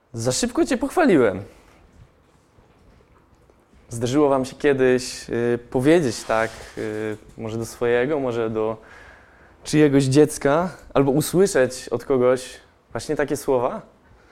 Za szybko Cię pochwaliłem. Zdarzyło Wam się kiedyś powiedzieć tak, może do swojego, może do czyjegoś dziecka, albo usłyszeć od kogoś właśnie takie słowa?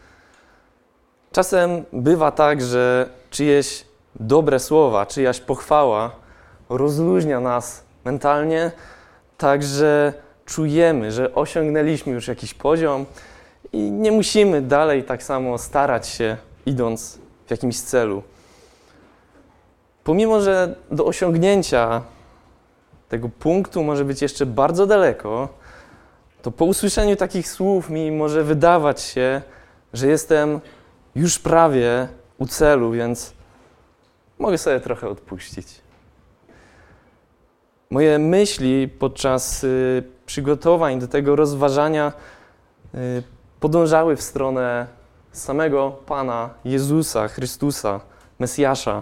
Czasem bywa tak, że czyjeś dobre słowa, czyjaś pochwała rozluźnia nas mentalnie, tak że czujemy, że osiągnęliśmy już jakiś poziom i nie musimy dalej tak samo starać się, idąc w jakimś celu. Pomimo że do osiągnięcia tego punktu może być jeszcze bardzo daleko, to po usłyszeniu takich słów mi może wydawać się, że jestem już prawie u celu, więc mogę sobie trochę odpuścić. Moje myśli podczas przygotowań do tego rozważania podążały w stronę samego Pana Jezusa Chrystusa, Mesjasza.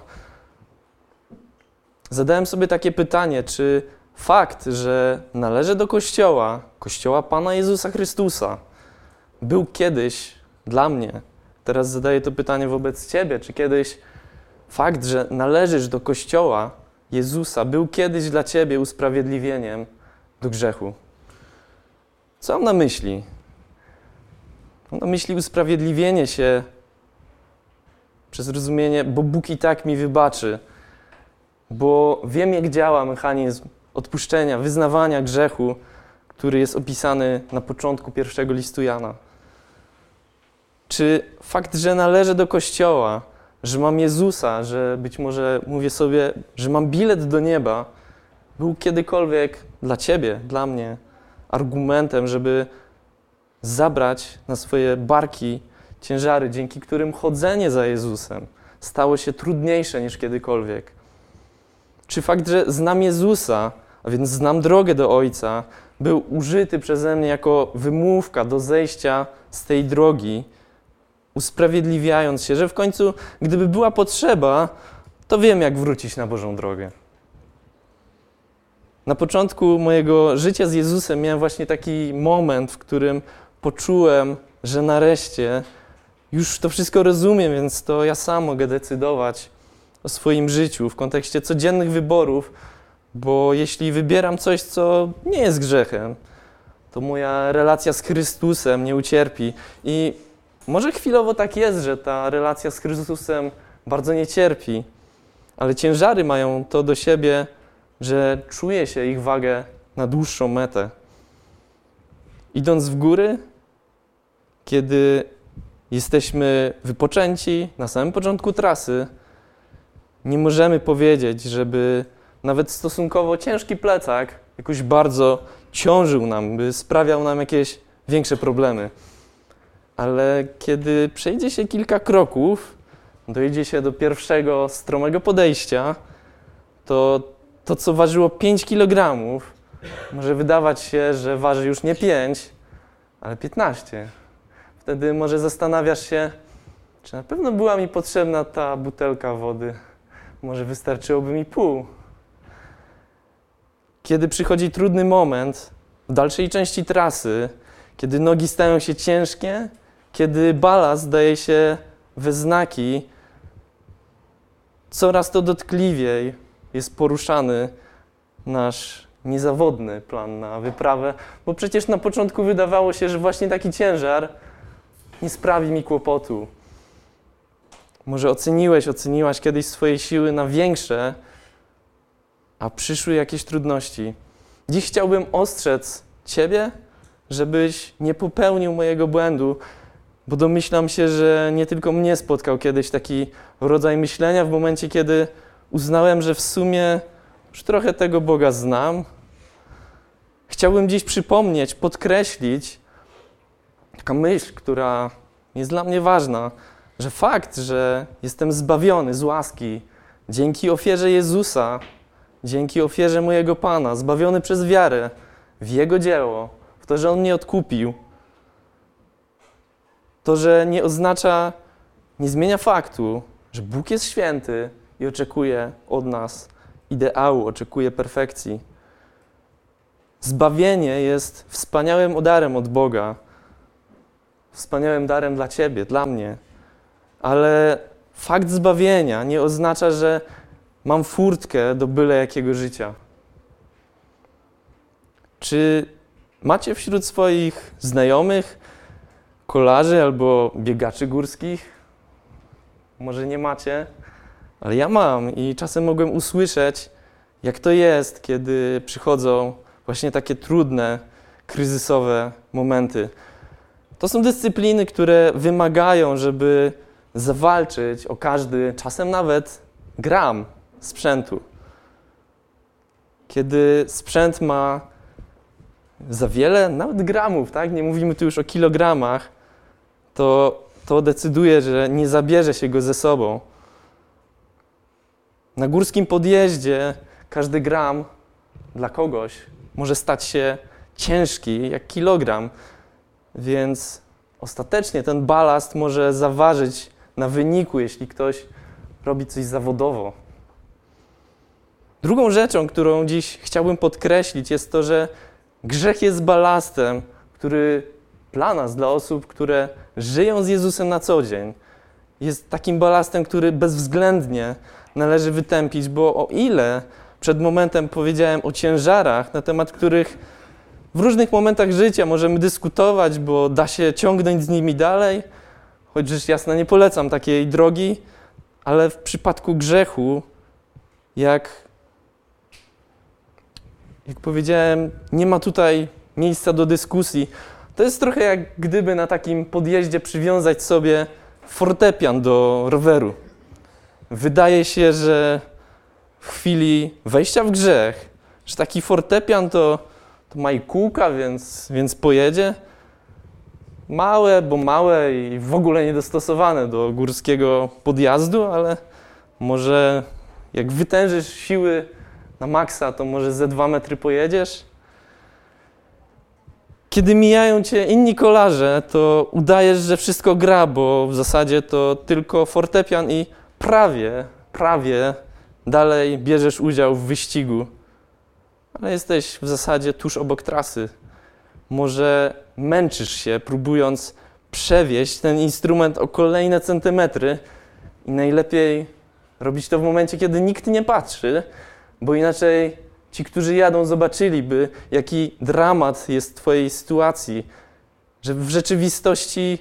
Zadałem sobie takie pytanie, czy fakt, że należę do Kościoła Pana Jezusa Chrystusa, był kiedyś dla mnie, teraz zadaję to pytanie wobec Ciebie, czy kiedyś fakt, że należysz do Kościoła Jezusa, był kiedyś dla Ciebie usprawiedliwieniem do grzechu? Co mam na myśli? Mam na myśli usprawiedliwienie się przez rozumienie, bo Bóg i tak mi wybaczy, bo wiem, jak działa mechanizm odpuszczenia, wyznawania grzechu, który jest opisany na początku pierwszego listu Jana. Czy fakt, że należę do Kościoła, że mam Jezusa, że być może mówię sobie, że mam bilet do nieba, był kiedykolwiek dla Ciebie, dla mnie argumentem, żeby zabrać na swoje barki ciężary, dzięki którym chodzenie za Jezusem stało się trudniejsze niż kiedykolwiek? Czy fakt, że znam Jezusa, a więc znam drogę do Ojca, był użyty przeze mnie jako wymówka do zejścia z tej drogi, usprawiedliwiając się, że w końcu, gdyby była potrzeba, to wiem, jak wrócić na Bożą drogę. Na początku mojego życia z Jezusem miałem właśnie taki moment, w którym poczułem, że nareszcie już to wszystko rozumiem, więc to ja sam mogę decydować o swoim życiu w kontekście codziennych wyborów, bo jeśli wybieram coś, co nie jest grzechem, to moja relacja z Chrystusem nie ucierpi. I może chwilowo tak jest, że ta relacja z Chrystusem bardzo nie cierpi, ale ciężary mają to do siebie, że czuje się ich wagę na dłuższą metę. Idąc w góry, kiedy jesteśmy wypoczęci na samym początku trasy, nie możemy powiedzieć, żeby nawet stosunkowo ciężki plecak jakoś bardzo ciążył nam, by sprawiał nam jakieś większe problemy. Ale kiedy przejdzie się kilka kroków, dojdzie się do pierwszego stromego podejścia, to co ważyło 5 kg, może wydawać się, że waży już nie 5, ale 15. Wtedy może zastanawiasz się, czy na pewno była mi potrzebna ta butelka wody. Może wystarczyłoby mi pół. Kiedy przychodzi trudny moment w dalszej części trasy, kiedy nogi stają się ciężkie, kiedy balast daje się we znaki, coraz to dotkliwiej jest poruszany nasz niezawodny plan na wyprawę, bo przecież na początku wydawało się, że właśnie taki ciężar nie sprawi mi kłopotu. Może oceniłaś kiedyś swoje siły na większe, a przyszły jakieś trudności. Dziś chciałbym ostrzec Ciebie, żebyś nie popełnił mojego błędu, bo domyślam się, że nie tylko mnie spotkał kiedyś taki rodzaj myślenia w momencie, kiedy uznałem, że w sumie już trochę tego Boga znam. Chciałbym dziś przypomnieć, podkreślić taka myśl, która jest dla mnie ważna, że fakt, że jestem zbawiony z łaski dzięki ofierze Jezusa, dzięki ofierze mojego Pana, zbawiony przez wiarę w Jego dzieło, w to, że On mnie odkupił, to, że nie zmienia faktu, że Bóg jest święty i oczekuje od nas ideału, oczekuje perfekcji. Zbawienie jest wspaniałym darem od Boga, wspaniałym darem dla Ciebie, dla mnie. ale fakt zbawienia nie oznacza, że mam furtkę do byle jakiego życia. Czy macie wśród swoich znajomych kolarzy albo biegaczy górskich? Może nie macie, ale ja mam i czasem mogłem usłyszeć, jak to jest, kiedy przychodzą właśnie takie trudne, kryzysowe momenty. To są dyscypliny, które wymagają, żeby zawalczyć o każdy, czasem nawet gram sprzętu. Kiedy sprzęt ma za wiele, nawet gramów, tak? Nie mówimy tu już o kilogramach, to decyduje, że nie zabierze się go ze sobą. Na górskim podjeździe każdy gram dla kogoś może stać się ciężki jak kilogram, więc ostatecznie ten balast może zaważyć na wyniku, jeśli ktoś robi coś zawodowo. Drugą rzeczą, którą dziś chciałbym podkreślić, jest to, że grzech jest balastem, który dla nas, dla osób, które żyją z Jezusem na co dzień, jest takim balastem, który bezwzględnie należy wytępić, bo o ile przed momentem powiedziałem o ciężarach, na temat których w różnych momentach życia możemy dyskutować, bo da się ciągnąć z nimi dalej, choć rzecz jasna nie polecam takiej drogi, ale w przypadku grzechu, jak powiedziałem, nie ma tutaj miejsca do dyskusji. To jest trochę jak gdyby na takim podjeździe przywiązać sobie fortepian do roweru. Wydaje się, że w chwili wejścia w grzech, że taki fortepian to ma i kółka, więc pojedzie. Małe, bo małe i w ogóle niedostosowane do górskiego podjazdu, ale może jak wytężysz siły na maksa, to może ze 2 metry pojedziesz. Kiedy mijają cię inni kolarze, to udajesz, że wszystko gra, bo w zasadzie to tylko fortepian i prawie dalej bierzesz udział w wyścigu. Ale jesteś w zasadzie tuż obok trasy. Może męczysz się, próbując przewieźć ten instrument o kolejne centymetry i najlepiej robić to w momencie, kiedy nikt nie patrzy, bo inaczej ci, którzy jadą, zobaczyliby, jaki dramat jest w twojej sytuacji, że w rzeczywistości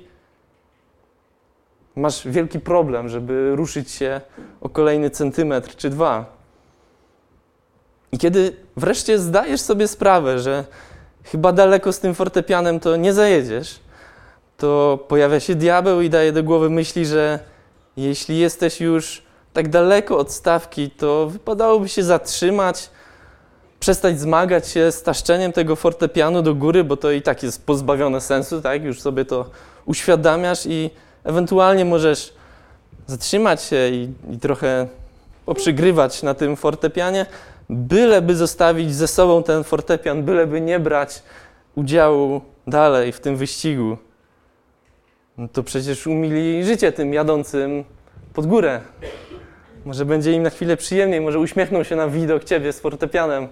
masz wielki problem, żeby ruszyć się o kolejny centymetr czy 2. I kiedy wreszcie zdajesz sobie sprawę, że chyba daleko z tym fortepianem to nie zajedziesz, to pojawia się diabeł i daje do głowy myśli, że jeśli jesteś już tak daleko od stawki, to wypadałoby się zatrzymać, przestać zmagać się z taszczeniem tego fortepianu do góry, bo to i tak jest pozbawione sensu, tak? Już sobie to uświadamiasz i ewentualnie możesz zatrzymać się i trochę poprzygrywać na tym fortepianie, byleby zostawić ze sobą ten fortepian, byleby nie brać udziału dalej w tym wyścigu. No to przecież umili życie tym jadącym pod górę. Może będzie im na chwilę przyjemniej, może uśmiechną się na widok ciebie z fortepianem.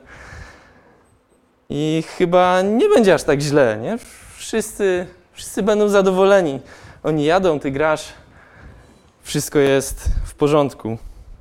I chyba nie będzie aż tak źle, nie? Wszyscy będą zadowoleni. Oni jadą, ty grasz, wszystko jest w porządku.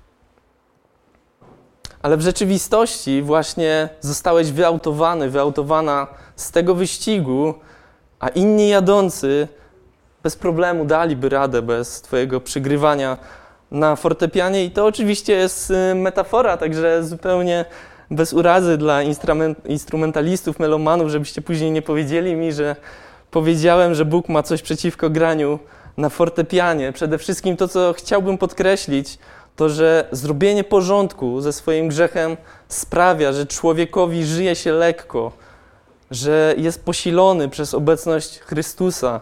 Ale w rzeczywistości właśnie zostałeś wyautowana z tego wyścigu, a inni jadący bez problemu daliby radę bez twojego przygrywania na fortepianie. I to oczywiście jest metafora, także zupełnie bez urazy dla instrumentalistów, melomanów, żebyście później nie powiedzieli mi, że powiedziałem, że Bóg ma coś przeciwko graniu na fortepianie. Przede wszystkim to, co chciałbym podkreślić, to, że zrobienie porządku ze swoim grzechem sprawia, że człowiekowi żyje się lekko, że jest posilony przez obecność Chrystusa.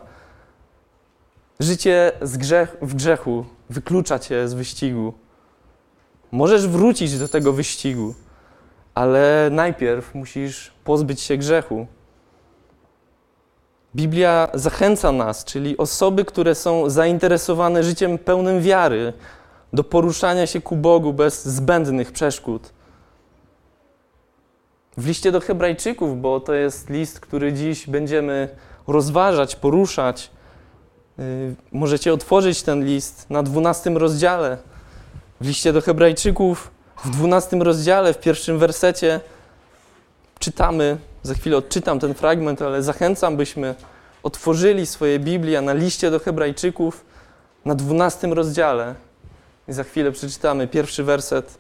Życie w grzechu wyklucza cię z wyścigu. Możesz wrócić do tego wyścigu, ale najpierw musisz pozbyć się grzechu. Biblia zachęca nas, czyli osoby, które są zainteresowane życiem pełnym wiary, do poruszania się ku Bogu bez zbędnych przeszkód. W liście do Hebrajczyków, bo to jest list, który dziś będziemy rozważać, poruszać, Możecie otworzyć ten list na 12 rozdziale. W liście do Hebrajczyków w 12 rozdziale, w 1 wersecie czytamy, za chwilę odczytam ten fragment, ale zachęcam, byśmy otworzyli swoje Biblie na liście do Hebrajczyków na 12 rozdziale. I za chwilę przeczytamy 1 werset.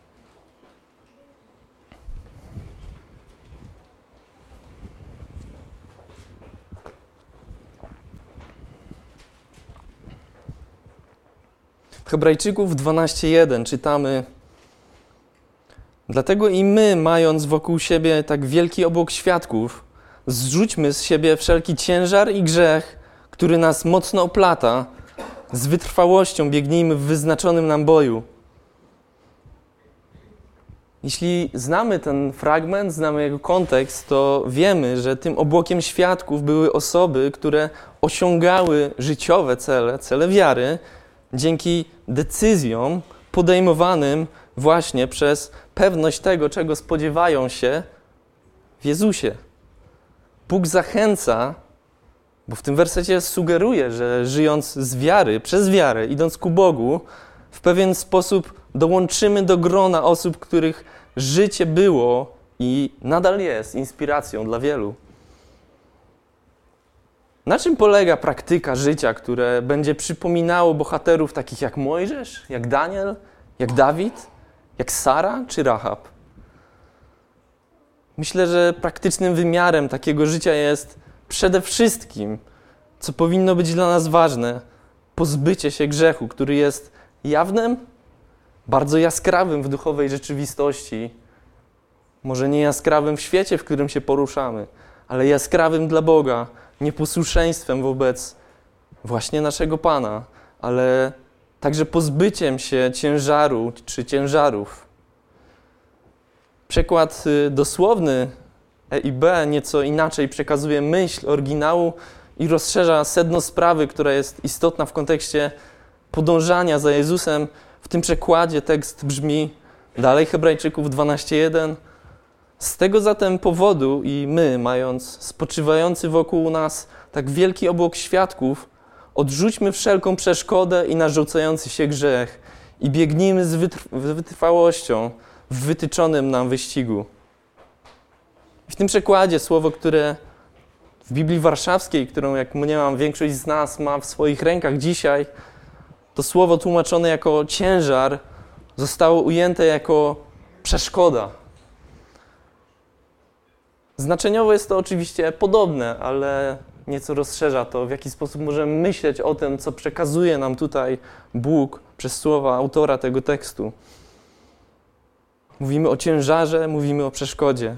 W Hebrajczyków 12:1 czytamy: Dlatego i my, mając wokół siebie tak wielki obłok świadków, zrzućmy z siebie wszelki ciężar i grzech, który nas mocno oplata, z wytrwałością biegnijmy w wyznaczonym nam boju. Jeśli znamy ten fragment, znamy jego kontekst, to wiemy, że tym obłokiem świadków były osoby, które osiągały życiowe cele wiary, dzięki decyzjom podejmowanym właśnie przez pewność tego, czego spodziewają się w Jezusie. Bóg zachęca, bo w tym wersecie sugeruje, że żyjąc z wiary, przez wiarę, idąc ku Bogu, w pewien sposób dołączymy do grona osób, których życie było i nadal jest inspiracją dla wielu. Na czym polega praktyka życia, które będzie przypominało bohaterów takich jak Mojżesz, jak Daniel, jak Dawid, jak Sara czy Rahab? Myślę, że praktycznym wymiarem takiego życia jest przede wszystkim, co powinno być dla nas ważne, pozbycie się grzechu, który jest jawnym, bardzo jaskrawym w duchowej rzeczywistości. Może nie jaskrawym w świecie, w którym się poruszamy, ale jaskrawym dla Boga, nieposłuszeństwem wobec właśnie naszego Pana, ale także pozbyciem się ciężaru czy ciężarów. Przekład dosłowny E i B nieco inaczej przekazuje myśl oryginału i rozszerza sedno sprawy, która jest istotna w kontekście podążania za Jezusem. W tym przekładzie tekst brzmi dalej Hebrajczyków 12:1. Z tego zatem powodu i my, mając spoczywający wokół nas tak wielki obłok świadków, odrzućmy wszelką przeszkodę i narzucający się grzech i biegnijmy z wytrwałością w wytyczonym nam wyścigu. W tym przekładzie słowo, które w Biblii Warszawskiej, którą, jak mniemam, większość z nas ma w swoich rękach dzisiaj, to słowo tłumaczone jako ciężar zostało ujęte jako przeszkoda. Znaczeniowo jest to oczywiście podobne, ale nieco rozszerza to, w jaki sposób możemy myśleć o tym, co przekazuje nam tutaj Bóg przez słowa autora tego tekstu. Mówimy o ciężarze, mówimy o przeszkodzie.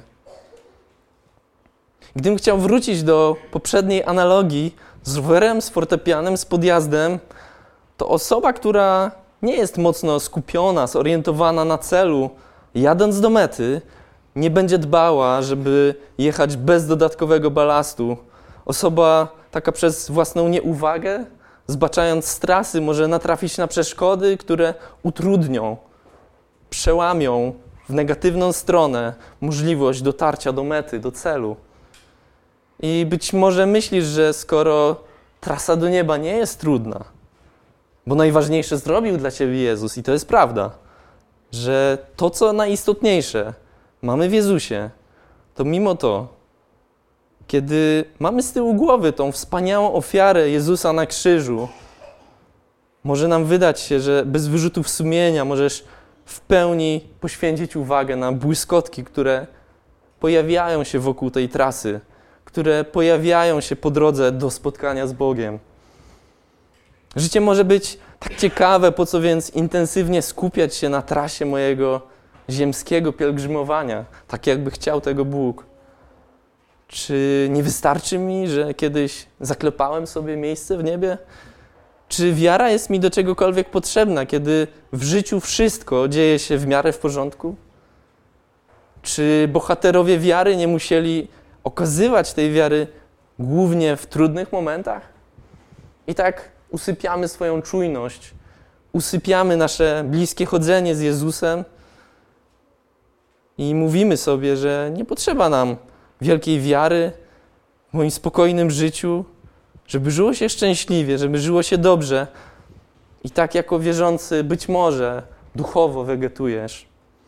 Gdybym chciał wrócić do poprzedniej analogii z rowerem, z fortepianem, z podjazdem, to osoba, która nie jest mocno skupiona, zorientowana na celu, jadąc do mety, nie będzie dbała, żeby jechać bez dodatkowego balastu. Osoba taka przez własną nieuwagę, zbaczając z trasy, może natrafić na przeszkody, które utrudnią, przełamią w negatywną stronę możliwość dotarcia do mety, do celu. I być może myślisz, że skoro trasa do nieba nie jest trudna, bo najważniejsze zrobił dla ciebie Jezus, i to jest prawda, że to, co najistotniejsze mamy w Jezusie, to mimo to, kiedy mamy z tyłu głowy tą wspaniałą ofiarę Jezusa na krzyżu, może nam wydać się, że bez wyrzutów sumienia możesz w pełni poświęcić uwagę na błyskotki, które pojawiają się wokół tej trasy, które pojawiają się po drodze do spotkania z Bogiem. Życie może być tak ciekawe, po co więc intensywnie skupiać się na trasie mojego ziemskiego pielgrzymowania, tak jakby chciał tego Bóg. Czy nie wystarczy mi, że kiedyś zaklepałem sobie miejsce w niebie? Czy wiara jest mi do czegokolwiek potrzebna, kiedy w życiu wszystko dzieje się w miarę w porządku? Czy bohaterowie wiary nie musieli okazywać tej wiary głównie w trudnych momentach? I tak usypiamy swoją czujność, usypiamy nasze bliskie chodzenie z Jezusem i mówimy sobie, że nie potrzeba nam wielkiej wiary w moim spokojnym życiu, żeby żyło się szczęśliwie, żeby żyło się dobrze i tak jako wierzący być może duchowo wegetujesz.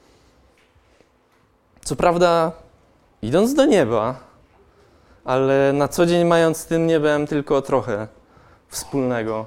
Co prawda idąc do nieba, ale na co dzień mając z tym niebem tylko trochę wspólnego.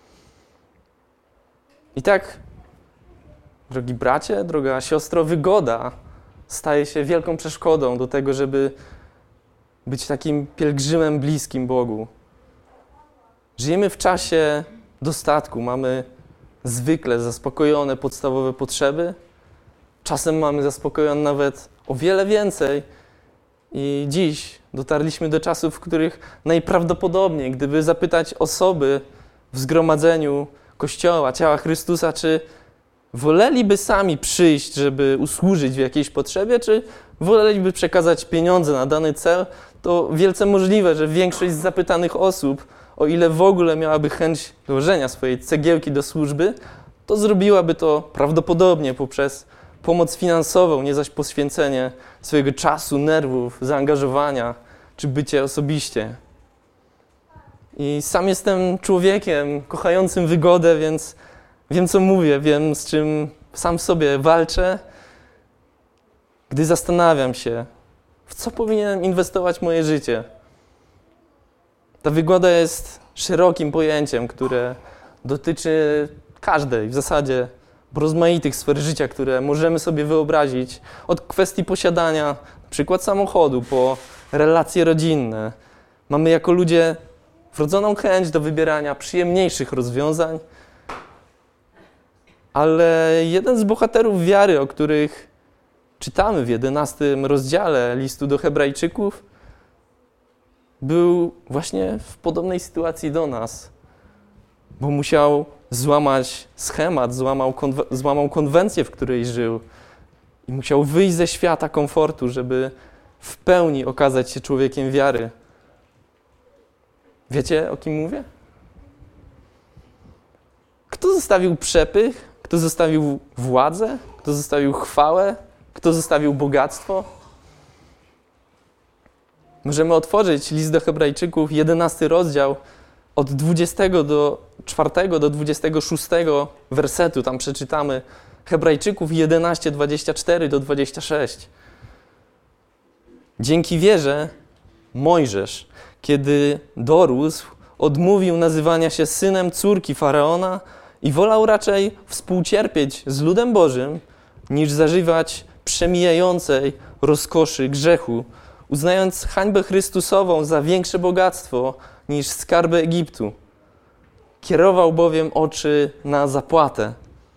I tak, drogi bracie, droga siostro, wygoda staje się wielką przeszkodą do tego, żeby być takim pielgrzymem bliskim Bogu. Żyjemy w czasie dostatku, mamy zwykle zaspokojone podstawowe potrzeby, czasem mamy zaspokojone nawet o wiele więcej i dziś dotarliśmy do czasów, w których najprawdopodobniej, gdyby zapytać osoby w zgromadzeniu Kościoła, ciała Chrystusa, czy woleliby sami przyjść, żeby usłużyć w jakiejś potrzebie, czy woleliby przekazać pieniądze na dany cel, to wielce możliwe, że większość z zapytanych osób, o ile w ogóle miałaby chęć dołożenia swojej cegiełki do służby, to zrobiłaby to prawdopodobnie poprzez pomoc finansową, nie zaś poświęcenie swojego czasu, nerwów, zaangażowania, czy bycie osobiście. I sam jestem człowiekiem kochającym wygodę, więc wiem, co mówię, wiem, z czym sam w sobie walczę, gdy zastanawiam się, w co powinienem inwestować moje życie. Ta wygoda jest szerokim pojęciem, które dotyczy każdej, w zasadzie rozmaitych sfer życia, które możemy sobie wyobrazić. Od kwestii posiadania, na przykład samochodu, po relacje rodzinne. Mamy jako ludzie wrodzoną chęć do wybierania przyjemniejszych rozwiązań, ale jeden z bohaterów wiary, o których czytamy w 11 rozdziale listu do Hebrajczyków, był właśnie w podobnej sytuacji do nas, bo musiał złamać schemat, złamał konwencję, w której żył i musiał wyjść ze świata komfortu, żeby w pełni okazać się człowiekiem wiary. Wiecie, o kim mówię? Kto zostawił przepych? Kto zostawił władzę? Kto zostawił chwałę? Kto zostawił bogactwo? Możemy otworzyć list do Hebrajczyków, 11 rozdział, od 24 do 26 wersetu. Tam przeczytamy Hebrajczyków 11, 24 do 26. Dzięki wierze Mojżesz, kiedy dorósł, odmówił nazywania się synem córki Faraona i wolał raczej współcierpieć z ludem Bożym, niż zażywać przemijającej rozkoszy grzechu, uznając hańbę Chrystusową za większe bogactwo niż skarby Egiptu. Kierował bowiem oczy na zapłatę.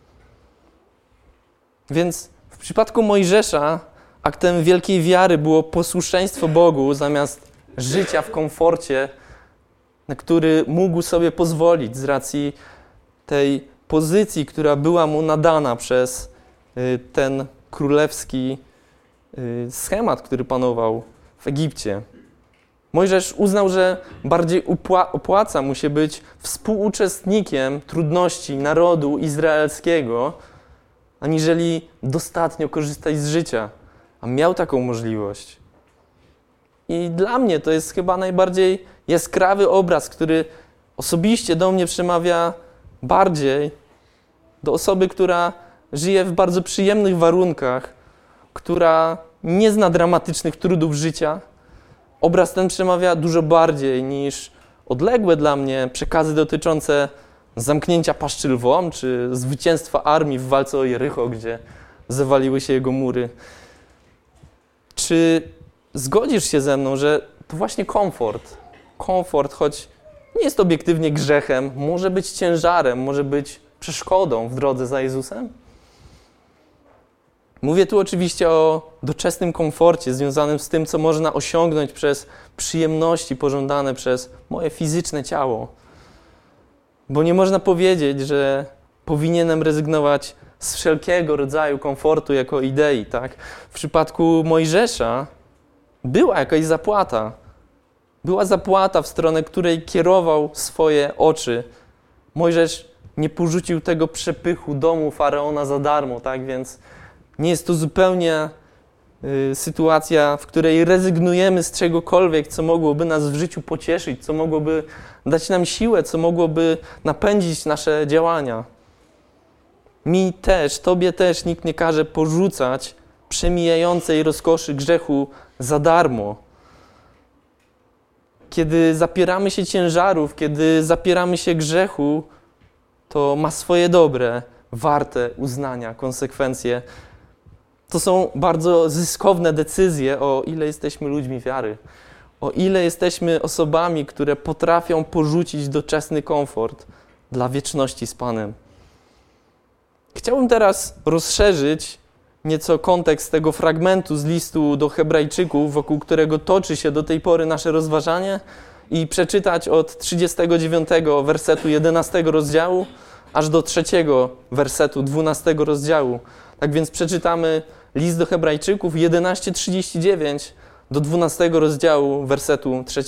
Więc w przypadku Mojżesza aktem wielkiej wiary było posłuszeństwo Bogu zamiast życia w komforcie, na który mógł sobie pozwolić z racji tej pozycji, która była mu nadana przez ten królewski schemat, który panował w Egipcie. Mojżesz uznał, że bardziej opłaca mu się być współuczestnikiem trudności narodu izraelskiego, aniżeli dostatnio korzystać z życia. A miał taką możliwość. I dla mnie to jest chyba najbardziej jaskrawy obraz, który osobiście do mnie przemawia bardziej do osoby, która żyje w bardzo przyjemnych warunkach, która nie zna dramatycznych trudów życia. Obraz ten przemawia dużo bardziej niż odległe dla mnie przekazy dotyczące zamknięcia paszczy lwom, czy zwycięstwa armii w walce o Jericho, gdzie zawaliły się jego mury. Czy zgodzisz się ze mną, że to właśnie komfort, choć nie jest obiektywnie grzechem, może być ciężarem, może być przeszkodą w drodze za Jezusem? Mówię tu oczywiście o doczesnym komforcie związanym z tym, co można osiągnąć przez przyjemności pożądane przez moje fizyczne ciało. Bo nie można powiedzieć, że powinienem rezygnować z wszelkiego rodzaju komfortu jako idei, tak? W przypadku Mojżesza była jakaś zapłata. Była zapłata, w stronę której kierował swoje oczy. Mojżesz nie porzucił tego przepychu domu Faraona za darmo, tak? Więc nie jest to zupełnie sytuacja, w której rezygnujemy z czegokolwiek, co mogłoby nas w życiu pocieszyć, co mogłoby dać nam siłę, co mogłoby napędzić nasze działania. Mi też, Tobie też nikt nie każe porzucać przemijającej rozkoszy grzechu za darmo. Kiedy zapieramy się ciężarów, kiedy zapieramy się grzechu, to ma swoje dobre, warte uznania konsekwencje. To są bardzo zyskowne decyzje, o ile jesteśmy ludźmi wiary, o ile jesteśmy osobami, które potrafią porzucić doczesny komfort dla wieczności z Panem. Chciałbym teraz rozszerzyć nieco kontekst tego fragmentu z listu do Hebrajczyków, wokół którego toczy się do tej pory nasze rozważanie, i przeczytać od 39 wersetu 11 rozdziału aż do 3 wersetu 12 rozdziału. Tak więc przeczytamy list do Hebrajczyków 11:39 do 12 rozdziału wersetu 3.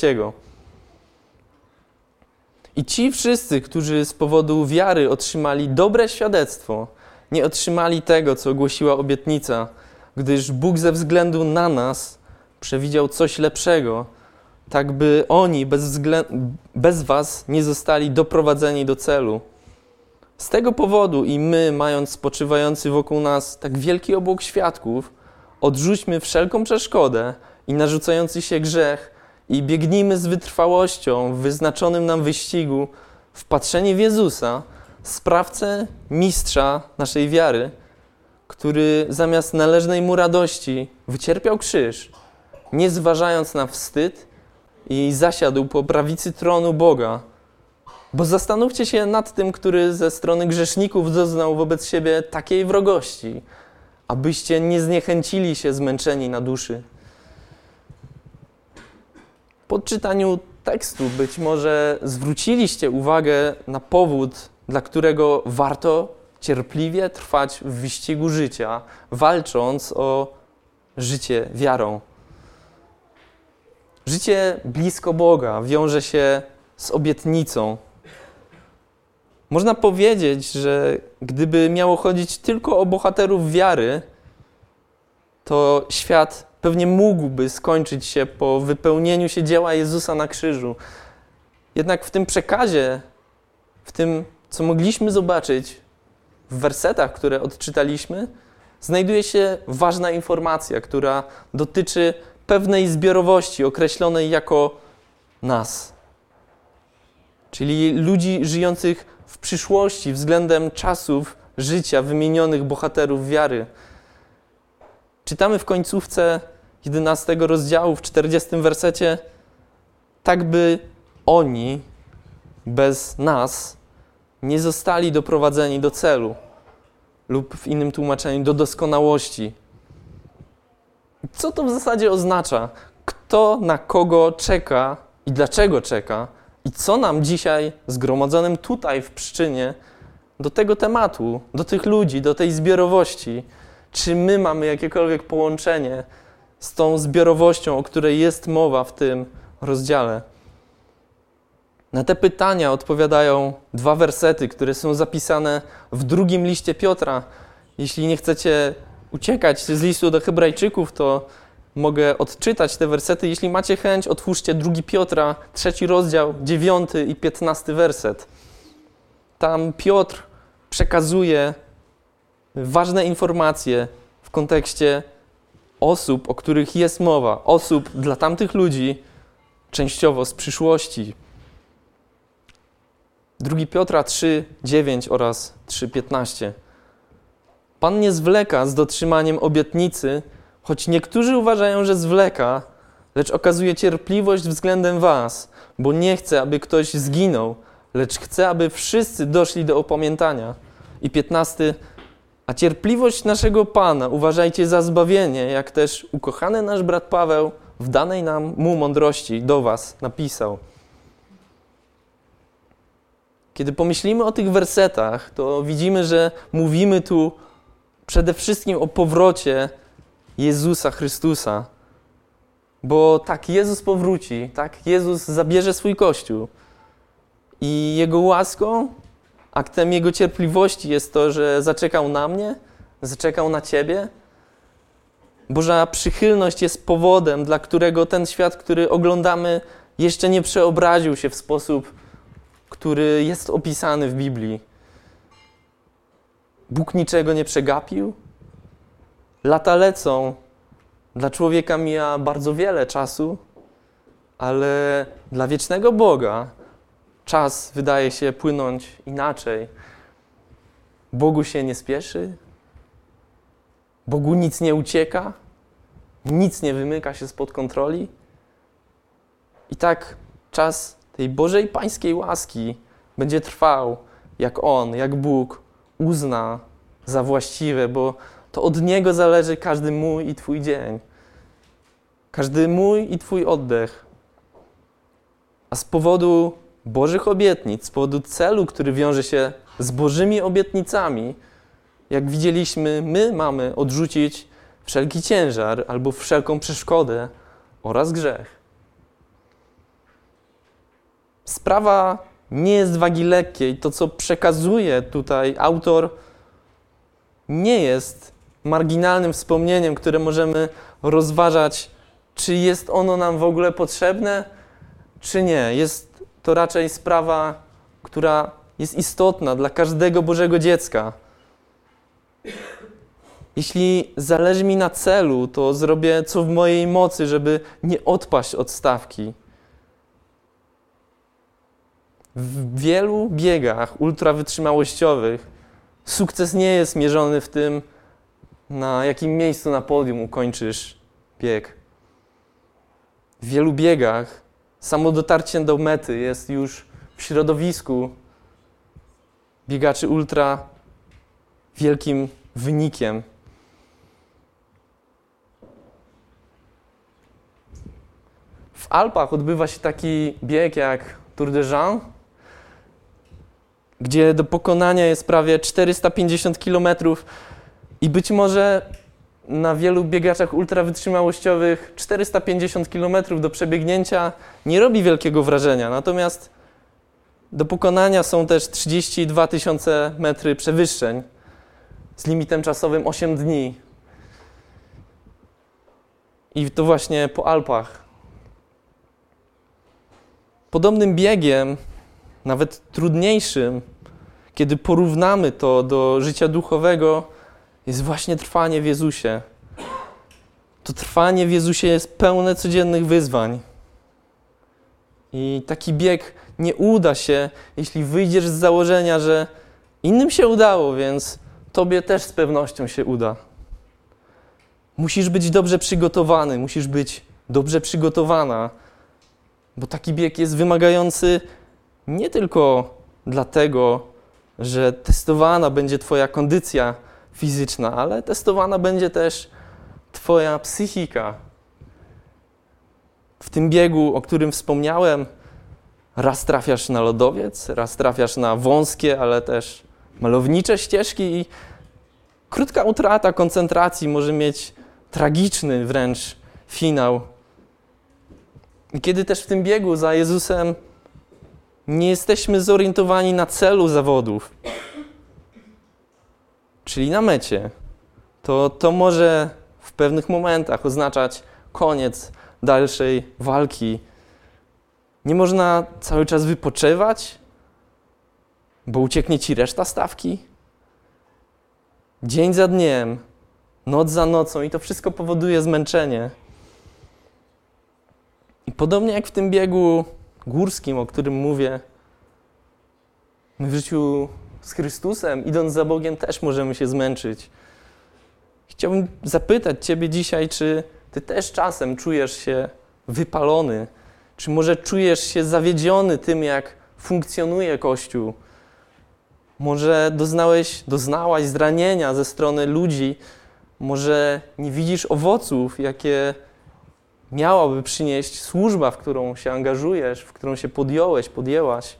I ci wszyscy, którzy z powodu wiary otrzymali dobre świadectwo, nie otrzymali tego, co głosiła obietnica, gdyż Bóg ze względu na nas przewidział coś lepszego, tak by oni bez was nie zostali doprowadzeni do celu. Z tego powodu i my, mając spoczywający wokół nas tak wielki obłok świadków, odrzućmy wszelką przeszkodę i narzucający się grzech i biegnijmy z wytrwałością w wyznaczonym nam wyścigu wpatrzeni w Jezusa, sprawcę, mistrza naszej wiary, który zamiast należnej mu radości wycierpiał krzyż, nie zważając na wstyd, i zasiadł po prawicy tronu Boga. Bo zastanówcie się nad tym, który ze strony grzeszników doznał wobec siebie takiej wrogości, abyście nie zniechęcili się zmęczeni na duszy. Po czytaniu tekstu być może zwróciliście uwagę na powód, dla którego warto cierpliwie trwać w wyścigu życia, walcząc o życie wiarą. Życie blisko Boga wiąże się z obietnicą. Można powiedzieć, że gdyby miało chodzić tylko o bohaterów wiary, to świat pewnie mógłby skończyć się po wypełnieniu się dzieła Jezusa na krzyżu. Jednak w tym przekazie, w tym, co mogliśmy zobaczyć w wersetach, które odczytaliśmy, znajduje się ważna informacja, która dotyczy pewnej zbiorowości określonej jako nas. Czyli ludzi żyjących w przyszłości względem czasów życia wymienionych bohaterów wiary. Czytamy w końcówce 11 rozdziału, w 40 wersecie, tak by oni bez nas nie zostali doprowadzeni do celu lub w innym tłumaczeniu do doskonałości. Co to w zasadzie oznacza? Kto na kogo czeka i dlaczego czeka? I co nam dzisiaj zgromadzonym tutaj w Pszczynie do tego tematu, do tych ludzi, do tej zbiorowości? Czy my mamy jakiekolwiek połączenie z tą zbiorowością, o której jest mowa w tym rozdziale? Na te pytania odpowiadają 2 wersety, które są zapisane w drugim liście Piotra. Jeśli nie chcecie uciekać z listu do Hebrajczyków, to mogę odczytać te wersety. Jeśli macie chęć, otwórzcie 2 Piotra, 3 rozdział, 9 i 15 werset. Tam Piotr przekazuje ważne informacje w kontekście osób, o których jest mowa. Osób dla tamtych ludzi, częściowo z przyszłości. 2 Piotra 3:9 oraz 3:15. Pan nie zwleka z dotrzymaniem obietnicy, choć niektórzy uważają, że zwleka, lecz okazuje cierpliwość względem was, bo nie chce, aby ktoś zginął, lecz chce, aby wszyscy doszli do opamiętania. I 15. A cierpliwość naszego Pana uważajcie za zbawienie, jak też ukochany nasz brat Paweł w danej nam mu mądrości do was napisał. Kiedy pomyślimy o tych wersetach, to widzimy, że mówimy tu przede wszystkim o powrocie Jezusa Chrystusa. Bo tak, Jezus powróci, tak, Jezus zabierze swój Kościół. I Jego łaską, aktem Jego cierpliwości jest to, że zaczekał na mnie, zaczekał na ciebie. Boża przychylność jest powodem, dla którego ten świat, który oglądamy, jeszcze nie przeobraził się w sposób, który jest opisany w Biblii. Bóg niczego nie przegapił. Lata lecą. Dla człowieka mija bardzo wiele czasu, ale dla wiecznego Boga czas wydaje się płynąć inaczej. Bogu się nie spieszy. Bogu nic nie ucieka. Nic nie wymyka się spod kontroli. I tak czas tej Bożej Pańskiej łaski będzie trwał, jak On, jak Bóg uzna za właściwe, bo to od Niego zależy każdy mój i Twój dzień. Każdy mój i Twój oddech. A z powodu Bożych obietnic, z powodu celu, który wiąże się z Bożymi obietnicami, jak widzieliśmy, my mamy odrzucić wszelki ciężar albo wszelką przeszkodę oraz grzech. Sprawa nie jest wagi lekkiej. To, co przekazuje tutaj autor, nie jest marginalnym wspomnieniem, które możemy rozważać, czy jest ono nam w ogóle potrzebne, czy nie. Jest to raczej sprawa, która jest istotna dla każdego Bożego dziecka. Jeśli zależy mi na celu, to zrobię co w mojej mocy, żeby nie odpaść od stawki. W wielu biegach ultrawytrzymałościowych sukces nie jest mierzony w tym, na jakim miejscu na podium ukończysz bieg. W wielu biegach samo dotarcie do mety jest już w środowisku biegaczy ultra wielkim wynikiem. W Alpach odbywa się taki bieg jak Tour de Jean, gdzie do pokonania jest prawie 450 km i być może na wielu biegaczach ultrawytrzymałościowych 450 km do przebiegnięcia nie robi wielkiego wrażenia. Natomiast do pokonania są też 32 000 metry przewyższeń z limitem czasowym 8 dni. I to właśnie po Alpach. Podobnym biegiem, nawet trudniejszym, kiedy porównamy to do życia duchowego, jest właśnie trwanie w Jezusie. To trwanie w Jezusie jest pełne codziennych wyzwań. I taki bieg nie uda się, jeśli wyjdziesz z założenia, że innym się udało, więc tobie też z pewnością się uda. Musisz być dobrze przygotowany, musisz być dobrze przygotowana, bo taki bieg jest wymagający nie tylko dlatego, że testowana będzie twoja kondycja fizyczna, ale testowana będzie też twoja psychika. W tym biegu, o którym wspomniałem, raz trafiasz na lodowiec, raz trafiasz na wąskie, ale też malownicze ścieżki i krótka utrata koncentracji może mieć tragiczny wręcz finał. I kiedy też w tym biegu za Jezusem nie jesteśmy zorientowani na celu zawodów, czyli na mecie, to może w pewnych momentach oznaczać koniec dalszej walki. Nie można cały czas wypoczywać, bo ucieknie ci reszta stawki. Dzień za dniem, noc za nocą i to wszystko powoduje zmęczenie. I podobnie jak w tym biegu górskim, o którym mówię, my w życiu z Chrystusem, idąc za Bogiem, też możemy się zmęczyć. Chciałbym zapytać Ciebie dzisiaj, czy Ty też czasem czujesz się wypalony, czy może czujesz się zawiedziony tym, jak funkcjonuje Kościół. Może doznałaś zranienia ze strony ludzi, może nie widzisz owoców, jakie miałaby przynieść służba, w którą się angażujesz, w którą się podjęłaś.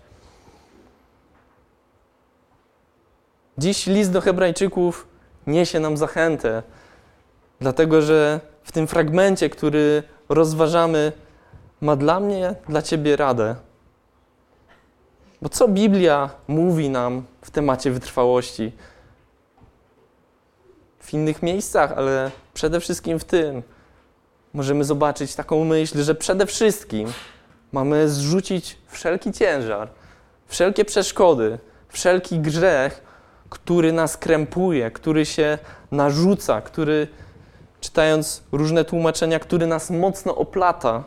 Dziś list do Hebrajczyków niesie nam zachętę, dlatego że w tym fragmencie, który rozważamy, ma dla mnie, dla Ciebie radę. Bo co Biblia mówi nam w temacie wytrwałości? w innych miejscach, ale przede wszystkim w tym możemy zobaczyć taką myśl, że przede wszystkim mamy zrzucić wszelki ciężar, wszelkie przeszkody, wszelki grzech, który nas krępuje, który się narzuca, który, czytając różne tłumaczenia, który nas mocno oplata.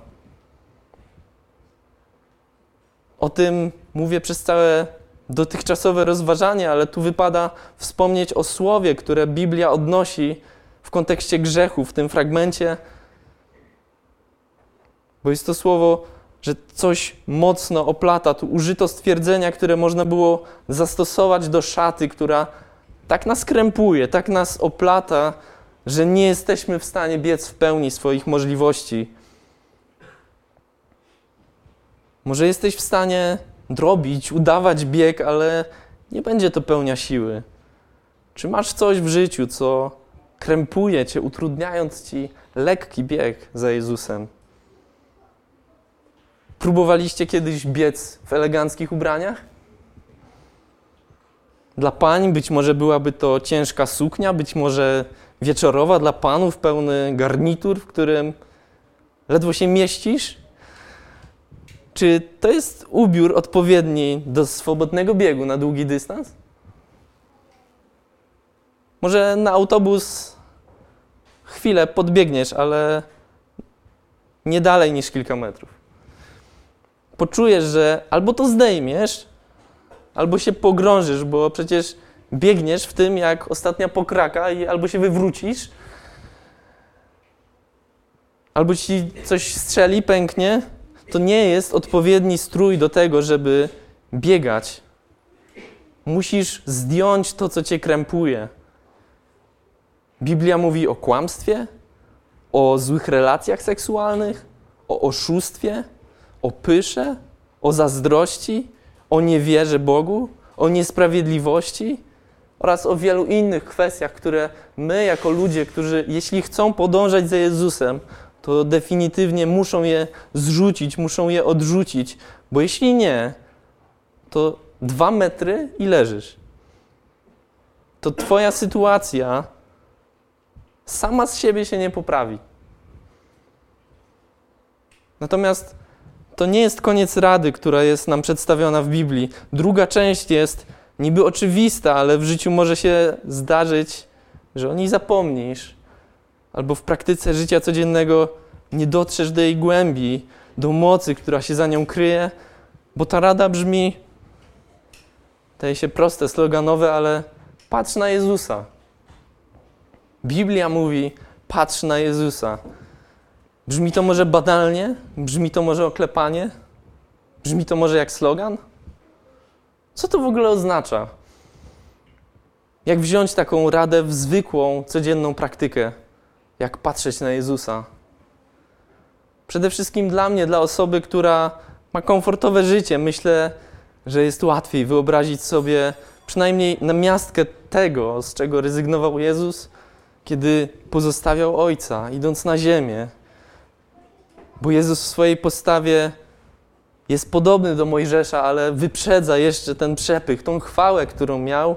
O tym mówię przez całe dotychczasowe rozważanie, ale tu wypada wspomnieć o słowie, które Biblia odnosi w kontekście grzechu, w tym fragmencie, bo jest to słowo, że coś mocno oplata. Tu użyto stwierdzenia, które można było zastosować do szaty, która tak nas krępuje, tak nas oplata, że nie jesteśmy w stanie biec w pełni swoich możliwości. Może jesteś w stanie drobić, udawać bieg, ale nie będzie to pełnia siły. Czy masz coś w życiu, co krępuje cię, utrudniając ci lekki bieg za Jezusem? Próbowaliście kiedyś biec w eleganckich ubraniach? Dla pań być może byłaby to ciężka suknia, być może wieczorowa, dla panów pełny garnitur, w którym ledwo się mieścisz? Czy to jest ubiór odpowiedni do swobodnego biegu na długi dystans? Może na autobus chwilę podbiegniesz, ale nie dalej niż kilka metrów. Poczujesz, że albo to zdejmiesz, albo się pogrążysz, bo przecież biegniesz w tym jak ostatnia pokraka i albo się wywrócisz, albo ci coś strzeli, pęknie. To nie jest odpowiedni strój do tego, żeby biegać. Musisz zdjąć to, co cię krępuje. Biblia mówi o kłamstwie, o złych relacjach seksualnych, o oszustwie, o pysze, o zazdrości, o niewierze Bogu, o niesprawiedliwości oraz o wielu innych kwestiach, które my jako ludzie, którzy jeśli chcą podążać za Jezusem, to definitywnie muszą je zrzucić, muszą je odrzucić, bo jeśli nie, to 2 metry i leżysz. To twoja sytuacja sama z siebie się nie poprawi. Natomiast to nie jest koniec rady, która jest nam przedstawiona w Biblii. Druga część jest niby oczywista, ale w życiu może się zdarzyć, że o niej zapomnisz, albo w praktyce życia codziennego nie dotrzesz do jej głębi, do mocy, która się za nią kryje, bo ta rada brzmi, wydaje się proste, sloganowe, ale patrz na Jezusa. Biblia mówi, patrz na Jezusa. Brzmi to może banalnie? Brzmi to może oklepanie? Brzmi to może jak slogan? Co to w ogóle oznacza? Jak wziąć taką radę w zwykłą, codzienną praktykę? Jak patrzeć na Jezusa? Przede wszystkim dla mnie, dla osoby, która ma komfortowe życie, myślę, że jest łatwiej wyobrazić sobie przynajmniej namiastkę tego, z czego rezygnował Jezus, kiedy pozostawiał Ojca, idąc na ziemię. Bo Jezus w swojej postawie jest podobny do Mojżesza, ale wyprzedza jeszcze ten przepych, tą chwałę, którą miał.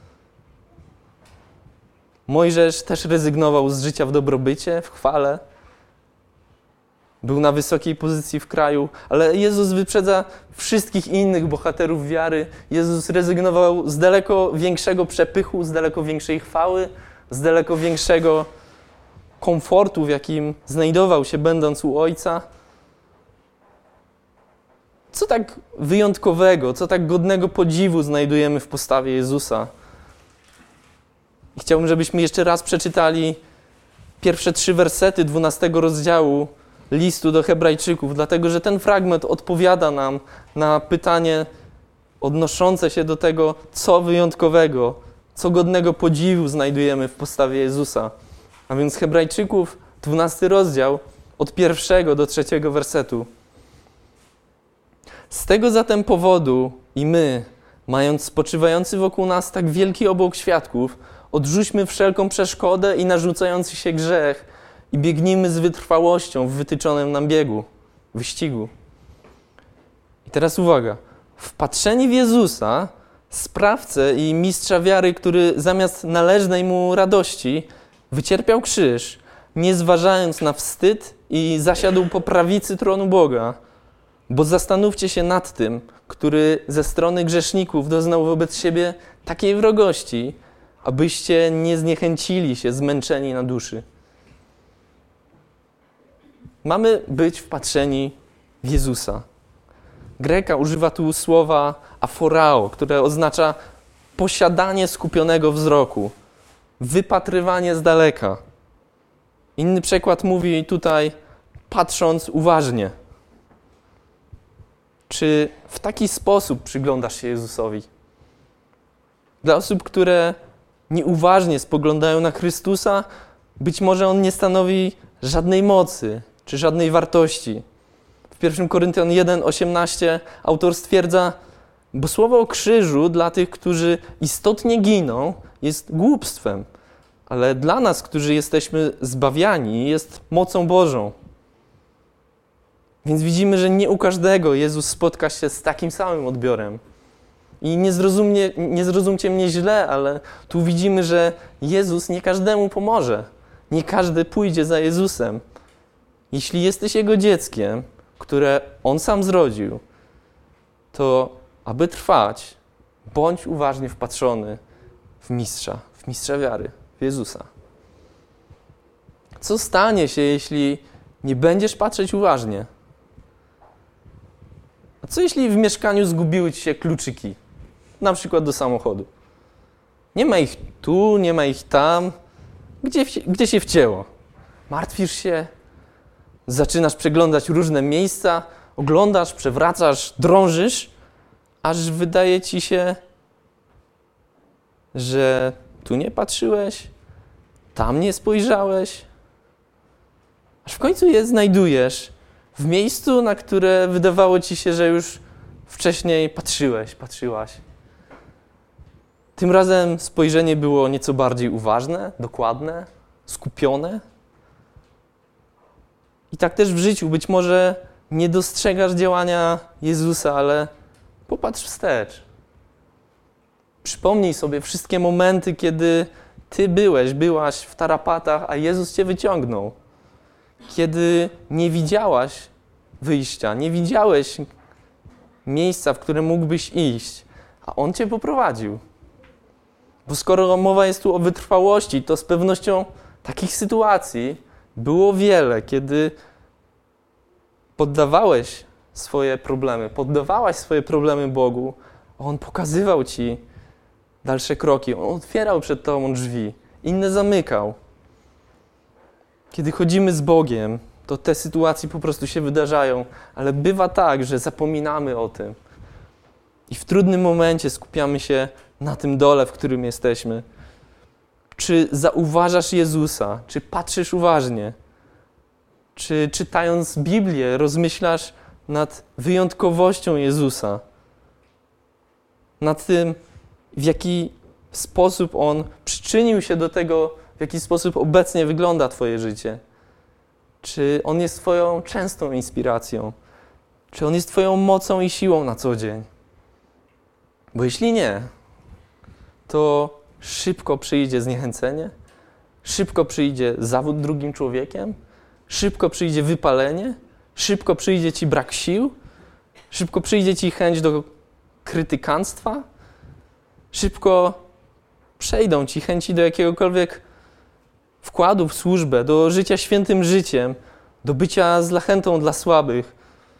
Mojżesz też rezygnował z życia w dobrobycie, w chwale. Był na wysokiej pozycji w kraju, ale Jezus wyprzedza wszystkich innych bohaterów wiary. Jezus rezygnował z daleko większego przepychu, z daleko większej chwały, z daleko większego komfortu, w jakim znajdował się, będąc u Ojca. Co tak wyjątkowego, co tak godnego podziwu znajdujemy w postawie Jezusa? I chciałbym, żebyśmy jeszcze raz przeczytali pierwsze 3 wersety 12 rozdziału listu do Hebrajczyków, dlatego że ten fragment odpowiada nam na pytanie odnoszące się do tego, co wyjątkowego, co godnego podziwu znajdujemy w postawie Jezusa. A więc Hebrajczyków, 12 rozdział, od 1 do 3 wersetu. Z tego zatem powodu i my, mając spoczywający wokół nas tak wielki obłok świadków, odrzućmy wszelką przeszkodę i narzucający się grzech i biegnijmy z wytrwałością w wytyczonym nam biegu, wyścigu. I teraz uwaga. Wpatrzeni w Jezusa sprawcę i mistrza wiary, który zamiast należnej mu radości wycierpiał krzyż, nie zważając na wstyd i zasiadł po prawicy tronu Boga. Bo zastanówcie się nad tym, który ze strony grzeszników doznał wobec siebie takiej wrogości, abyście nie zniechęcili się zmęczeni na duszy. Mamy być wpatrzeni w Jezusa. Greka używa tu słowa aphorao, które oznacza posiadanie skupionego wzroku, wypatrywanie z daleka. Inny przekład mówi tutaj patrząc uważnie. Czy w taki sposób przyglądasz się Jezusowi? Dla osób, które nieuważnie spoglądają na Chrystusa, być może On nie stanowi żadnej mocy czy żadnej wartości. W 1 Koryntian 1:18 autor stwierdza, bo słowo o krzyżu dla tych, którzy istotnie giną, jest głupstwem, ale dla nas, którzy jesteśmy zbawiani, jest mocą Bożą. Więc widzimy, że nie u każdego Jezus spotka się z takim samym odbiorem. I nie zrozumcie mnie źle, ale tu widzimy, że Jezus nie każdemu pomoże. Nie każdy pójdzie za Jezusem. Jeśli jesteś Jego dzieckiem, które On sam zrodził, to aby trwać, bądź uważnie wpatrzony w mistrza wiary, w Jezusa. Co stanie się, jeśli nie będziesz patrzeć uważnie? A co jeśli w mieszkaniu zgubiły ci się kluczyki? Na przykład do samochodu. Nie ma ich tu, nie ma ich tam. Gdzie się wcięło? Martwisz się? Zaczynasz przeglądać różne miejsca, oglądasz, przewracasz, drążysz, aż wydaje ci się, że tu nie patrzyłeś, tam nie spojrzałeś, aż w końcu je znajdujesz w miejscu, na które wydawało ci się, że już wcześniej patrzyłaś. Tym razem spojrzenie było nieco bardziej uważne, dokładne, skupione. I tak też w życiu być może nie dostrzegasz działania Jezusa, ale popatrz wstecz. Przypomnij sobie wszystkie momenty, kiedy ty byłaś w tarapatach, a Jezus cię wyciągnął. Kiedy nie widziałaś wyjścia, nie widziałeś miejsca, w które mógłbyś iść, a On cię poprowadził. Bo skoro mowa jest tu o wytrwałości, to z pewnością takich sytuacji było wiele, kiedy poddawałaś swoje problemy Bogu, a On pokazywał ci dalsze kroki. On otwierał przed tobą drzwi, inne zamykał. Kiedy chodzimy z Bogiem, to te sytuacje po prostu się wydarzają, ale bywa tak, że zapominamy o tym. I w trudnym momencie skupiamy się na tym dole, w którym jesteśmy. Czy zauważasz Jezusa? Czy patrzysz uważnie? Czy czytając Biblię rozmyślasz nad wyjątkowością Jezusa? Nad tym, w jaki sposób On przyczynił się do tego, w jaki sposób obecnie wygląda twoje życie? Czy On jest twoją częstą inspiracją? Czy On jest twoją mocą i siłą na co dzień? Bo jeśli nie, to szybko przyjdzie zniechęcenie, szybko przyjdzie zawód drugim człowiekiem, szybko przyjdzie wypalenie, szybko przyjdzie ci brak sił, szybko przyjdzie ci chęć do krytykanstwa, szybko przejdą ci chęci do jakiegokolwiek wkładu w służbę, do życia świętym życiem, do bycia zachętą dla słabych.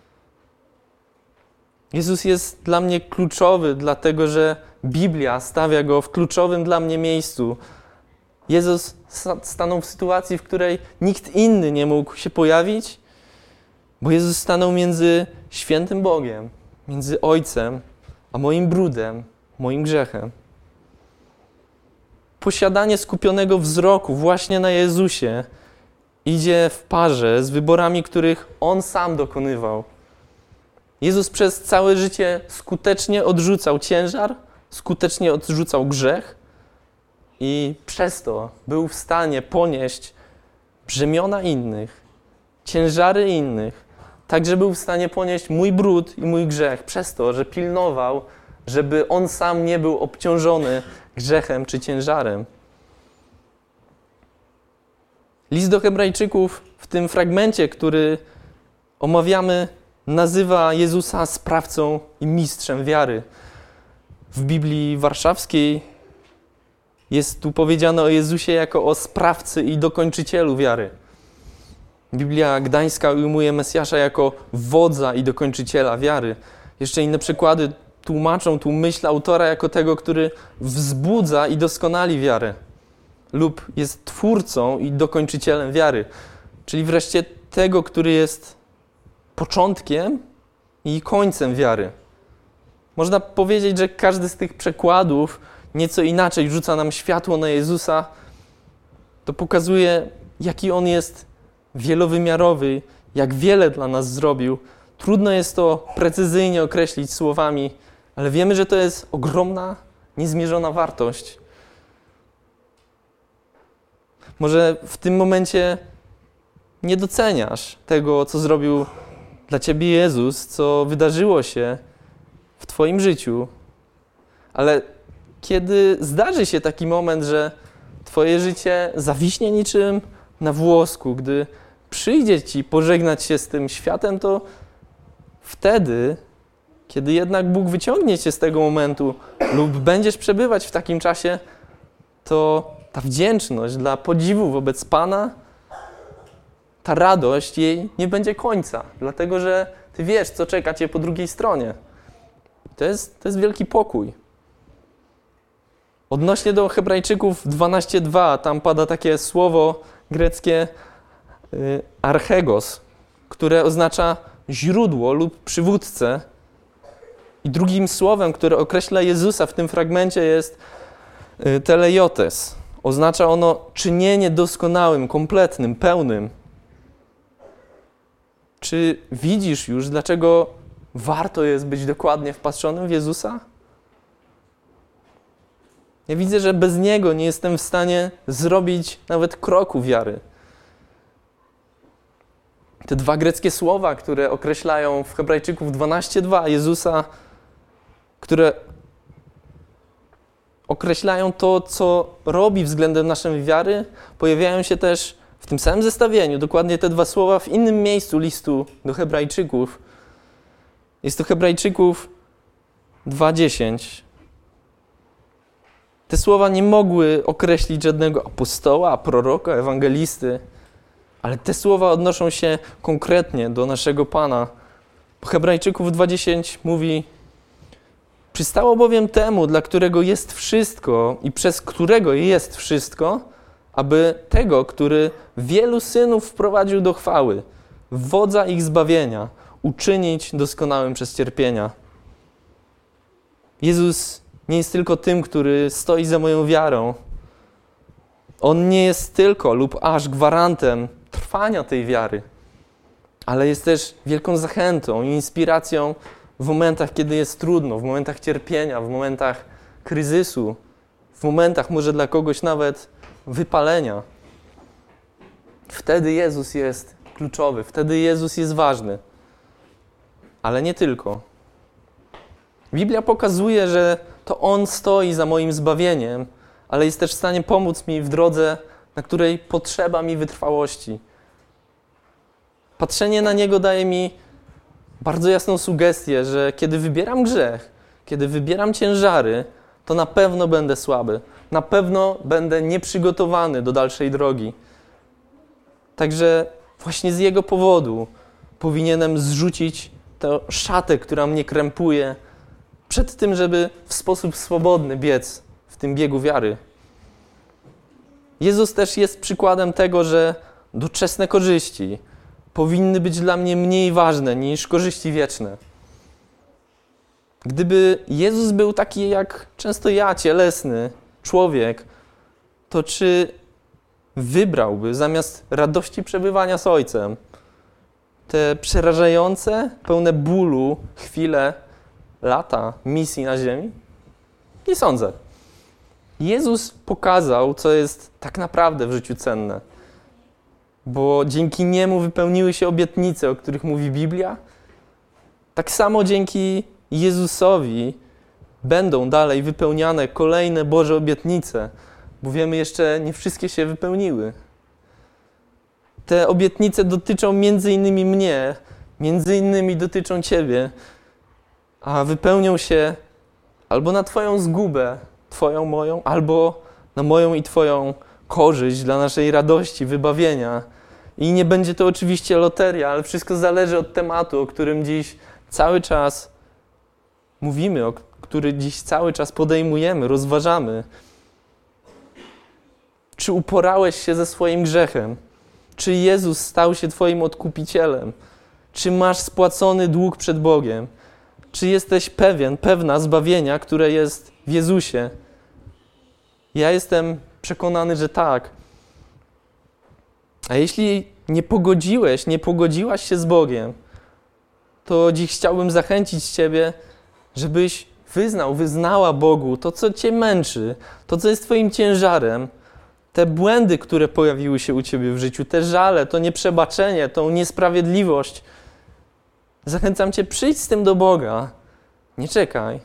Jezus jest dla mnie kluczowy, dlatego że Biblia stawia Go w kluczowym dla mnie miejscu. Jezus stanął w sytuacji, w której nikt inny nie mógł się pojawić, bo Jezus stanął między świętym Bogiem, między Ojcem, a moim brudem, moim grzechem. Posiadanie skupionego wzroku właśnie na Jezusie idzie w parze z wyborami, których On sam dokonywał. Jezus przez całe życie skutecznie odrzucał ciężar, skutecznie odrzucał grzech i przez to był w stanie ponieść brzemiona innych, ciężary innych, tak że był w stanie ponieść mój brud i mój grzech przez to, że pilnował żeby on sam nie był obciążony grzechem czy ciężarem. List do Hebrajczyków w tym fragmencie, który omawiamy, nazywa Jezusa sprawcą i mistrzem wiary. W Biblii Warszawskiej jest tu powiedziane o Jezusie jako o sprawcy i dokończycielu wiary. Biblia Gdańska ujmuje Mesjasza jako wodza i dokończyciela wiary. Jeszcze inne przykłady tłumaczą tu myśl autora jako tego, który wzbudza i doskonali wiarę. Lub jest twórcą i dokończycielem wiary. Czyli wreszcie tego, który jest początkiem i końcem wiary. Można powiedzieć, że każdy z tych przekładów nieco inaczej rzuca nam światło na Jezusa. To pokazuje, jaki On jest wielowymiarowy, jak wiele dla nas zrobił. Trudno jest to precyzyjnie określić słowami, ale wiemy, że to jest ogromna, niezmierzona wartość. Może w tym momencie nie doceniasz tego, co zrobił dla ciebie Jezus, co wydarzyło się w twoim życiu, ale kiedy zdarzy się taki moment, że twoje życie zawiśnie niczym na włosku, gdy przyjdzie ci pożegnać się z tym światem, to wtedy, kiedy jednak Bóg wyciągnie cię z tego momentu lub będziesz przebywać w takim czasie, to ta wdzięczność dla podziwu wobec Pana, ta radość, jej nie będzie końca, dlatego że ty wiesz, co czeka cię po drugiej stronie. To jest wielki pokój. Odnośnie do Hebrajczyków 12:2, tam pada takie słowo greckie archegos, które oznacza źródło lub przywódcę. I drugim słowem, które określa Jezusa w tym fragmencie, jest teleiotes. Oznacza ono czynienie doskonałym, kompletnym, pełnym. Czy widzisz już, dlaczego warto jest być dokładnie wpatrzonym w Jezusa? Ja widzę, że bez Niego nie jestem w stanie zrobić nawet kroku wiary. Te dwa greckie słowa, które określają w Hebrajczyków 12:2 Jezusa, które określają to, co robi względem naszej wiary, pojawiają się też w tym samym zestawieniu, dokładnie te dwa słowa w innym miejscu listu do Hebrajczyków. Jest to Hebrajczyków 2:10. Te słowa nie mogły określić żadnego apostoła, proroka, ewangelisty, ale te słowa odnoszą się konkretnie do naszego Pana. Hebrajczyków 2:10 mówi: przystało bowiem temu, dla którego jest wszystko i przez którego jest wszystko, aby tego, który wielu synów wprowadził do chwały, wodza ich zbawienia, uczynić doskonałym przez cierpienia. Jezus nie jest tylko tym, który stoi za moją wiarą. On nie jest tylko lub aż gwarantem trwania tej wiary, ale jest też wielką zachętą i inspiracją w momentach, kiedy jest trudno, w momentach cierpienia, w momentach kryzysu, w momentach może dla kogoś nawet wypalenia. Wtedy Jezus jest kluczowy, wtedy Jezus jest ważny. Ale nie tylko. Biblia pokazuje, że to On stoi za moim zbawieniem, ale jest też w stanie pomóc mi w drodze, na której potrzeba mi wytrwałości. Patrzenie na Niego daje mi bardzo jasną sugestię, że kiedy wybieram grzech, kiedy wybieram ciężary, to na pewno będę słaby. Na pewno będę nieprzygotowany do dalszej drogi. Także właśnie z Jego powodu powinienem zrzucić tę szatę, która mnie krępuje, przed tym, żeby w sposób swobodny biec w tym biegu wiary. Jezus też jest przykładem tego, że doczesne korzyści powinny być dla mnie mniej ważne niż korzyści wieczne. Gdyby Jezus był taki jak często ja, cielesny człowiek, to czy wybrałby zamiast radości przebywania z Ojcem te przerażające, pełne bólu chwile, lata misji na ziemi? Nie sądzę. Jezus pokazał, co jest tak naprawdę w życiu cenne. Bo dzięki Niemu wypełniły się obietnice, o których mówi Biblia. Tak samo dzięki Jezusowi będą dalej wypełniane kolejne Boże obietnice, bo wiemy, jeszcze nie wszystkie się wypełniły. Te obietnice dotyczą między innymi mnie, między innymi dotyczą Ciebie, a wypełnią się albo na Twoją zgubę, Twoją, moją, albo na moją i Twoją korzyść, dla naszej radości, wybawienia. I nie będzie to oczywiście loteria, ale wszystko zależy od tematu, o którym dziś cały czas mówimy, który dziś cały czas podejmujemy, rozważamy. Czy uporałeś się ze swoim grzechem? Czy Jezus stał się Twoim odkupicielem? Czy masz spłacony dług przed Bogiem? Czy jesteś pewna zbawienia, które jest w Jezusie? Ja jestem przekonany, że tak. A jeśli nie pogodziłaś się z Bogiem, to dziś chciałbym zachęcić Ciebie, żebyś wyznała Bogu to, co Cię męczy, to, co jest Twoim ciężarem, te błędy, które pojawiły się u Ciebie w życiu, te żale, to nieprzebaczenie, tą niesprawiedliwość. Zachęcam Cię, przyjdź z tym do Boga. Nie czekaj.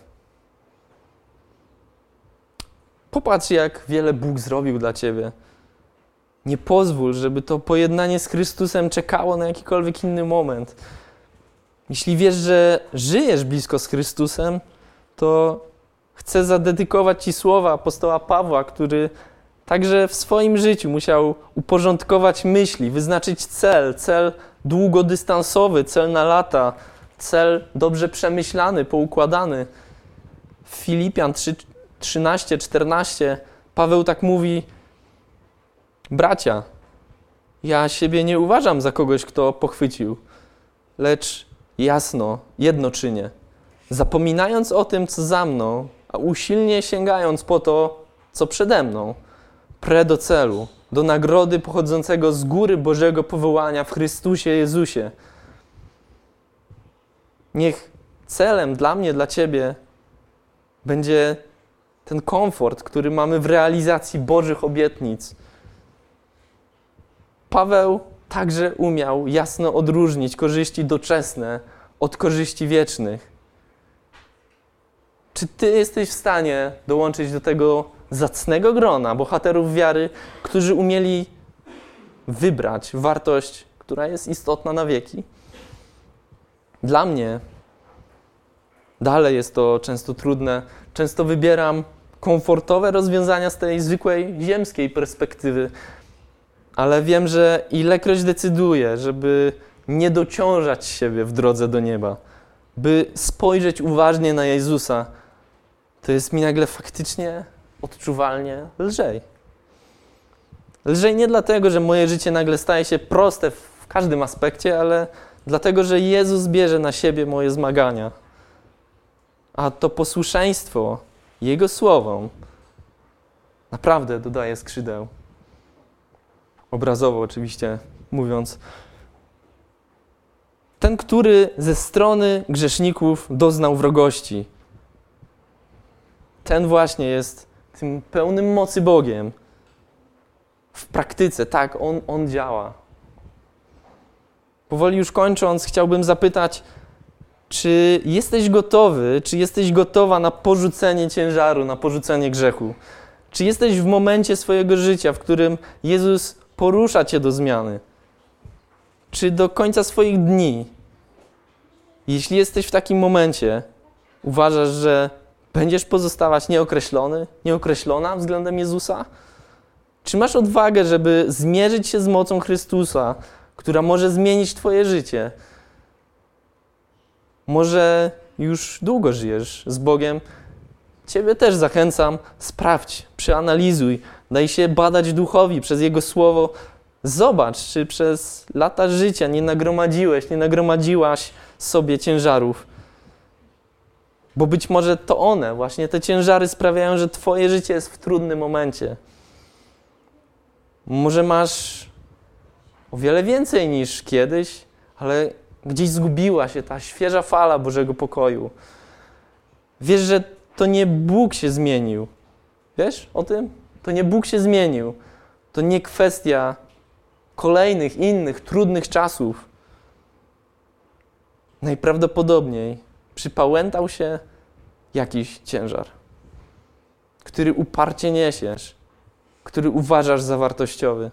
Popatrz, jak wiele Bóg zrobił dla Ciebie. Nie pozwól, żeby to pojednanie z Chrystusem czekało na jakikolwiek inny moment. Jeśli wiesz, że żyjesz blisko z Chrystusem, to chcę zadedykować Ci słowa apostoła Pawła, który także w swoim życiu musiał uporządkować myśli, wyznaczyć cel długodystansowy, cel na lata, cel dobrze przemyślany, poukładany. W Filipian 13-14 Paweł tak mówi: bracia, ja siebie nie uważam za kogoś, kto pochwycił, lecz jasno, jedno czynię, zapominając o tym, co za mną, a usilnie sięgając po to, co przede mną, prę do celu, do nagrody pochodzącego z góry Bożego powołania w Chrystusie Jezusie. Niech celem dla mnie, dla Ciebie będzie ten komfort, który mamy w realizacji Bożych obietnic. Paweł także umiał jasno odróżnić korzyści doczesne od korzyści wiecznych. Czy Ty jesteś w stanie dołączyć do tego zacnego grona bohaterów wiary, którzy umieli wybrać wartość, która jest istotna na wieki? Dla mnie dalej jest to często trudne. Często wybieram komfortowe rozwiązania z tej zwykłej ziemskiej perspektywy, ale wiem, że ilekroć decyduję, żeby nie dociążać siebie w drodze do nieba, by spojrzeć uważnie na Jezusa, to jest mi nagle faktycznie, odczuwalnie lżej. Lżej nie dlatego, że moje życie nagle staje się proste w każdym aspekcie, ale dlatego, że Jezus bierze na siebie moje zmagania. A to posłuszeństwo Jego słowom naprawdę dodaje skrzydeł. Obrazowo oczywiście mówiąc. Ten, który ze strony grzeszników doznał wrogości, ten właśnie jest tym pełnym mocy Bogiem. W praktyce, tak, On działa. Powoli już kończąc, chciałbym zapytać, czy jesteś gotowy, czy jesteś gotowa na porzucenie ciężaru, na porzucenie grzechu? Czy jesteś w momencie swojego życia, w którym Jezus porusza Cię do zmiany? Czy do końca swoich dni, jeśli jesteś w takim momencie, uważasz, że będziesz pozostawać nieokreślona względem Jezusa? Czy masz odwagę, żeby zmierzyć się z mocą Chrystusa, która może zmienić Twoje życie? Może już długo żyjesz z Bogiem? Ciebie też zachęcam, sprawdź, przeanalizuj, daj się badać Duchowi przez Jego Słowo. Zobacz, czy przez lata życia nie nagromadziłaś sobie ciężarów. Bo być może to one, właśnie te ciężary sprawiają, że Twoje życie jest w trudnym momencie. Może masz o wiele więcej niż kiedyś, ale gdzieś zgubiła się ta świeża fala Bożego pokoju. Wiesz, że to nie Bóg się zmienił. Wiesz o tym? To nie Bóg się zmienił. To nie kwestia kolejnych, innych, trudnych czasów. Najprawdopodobniej przypałętał się jakiś ciężar, który uparcie niesiesz, który uważasz za wartościowy.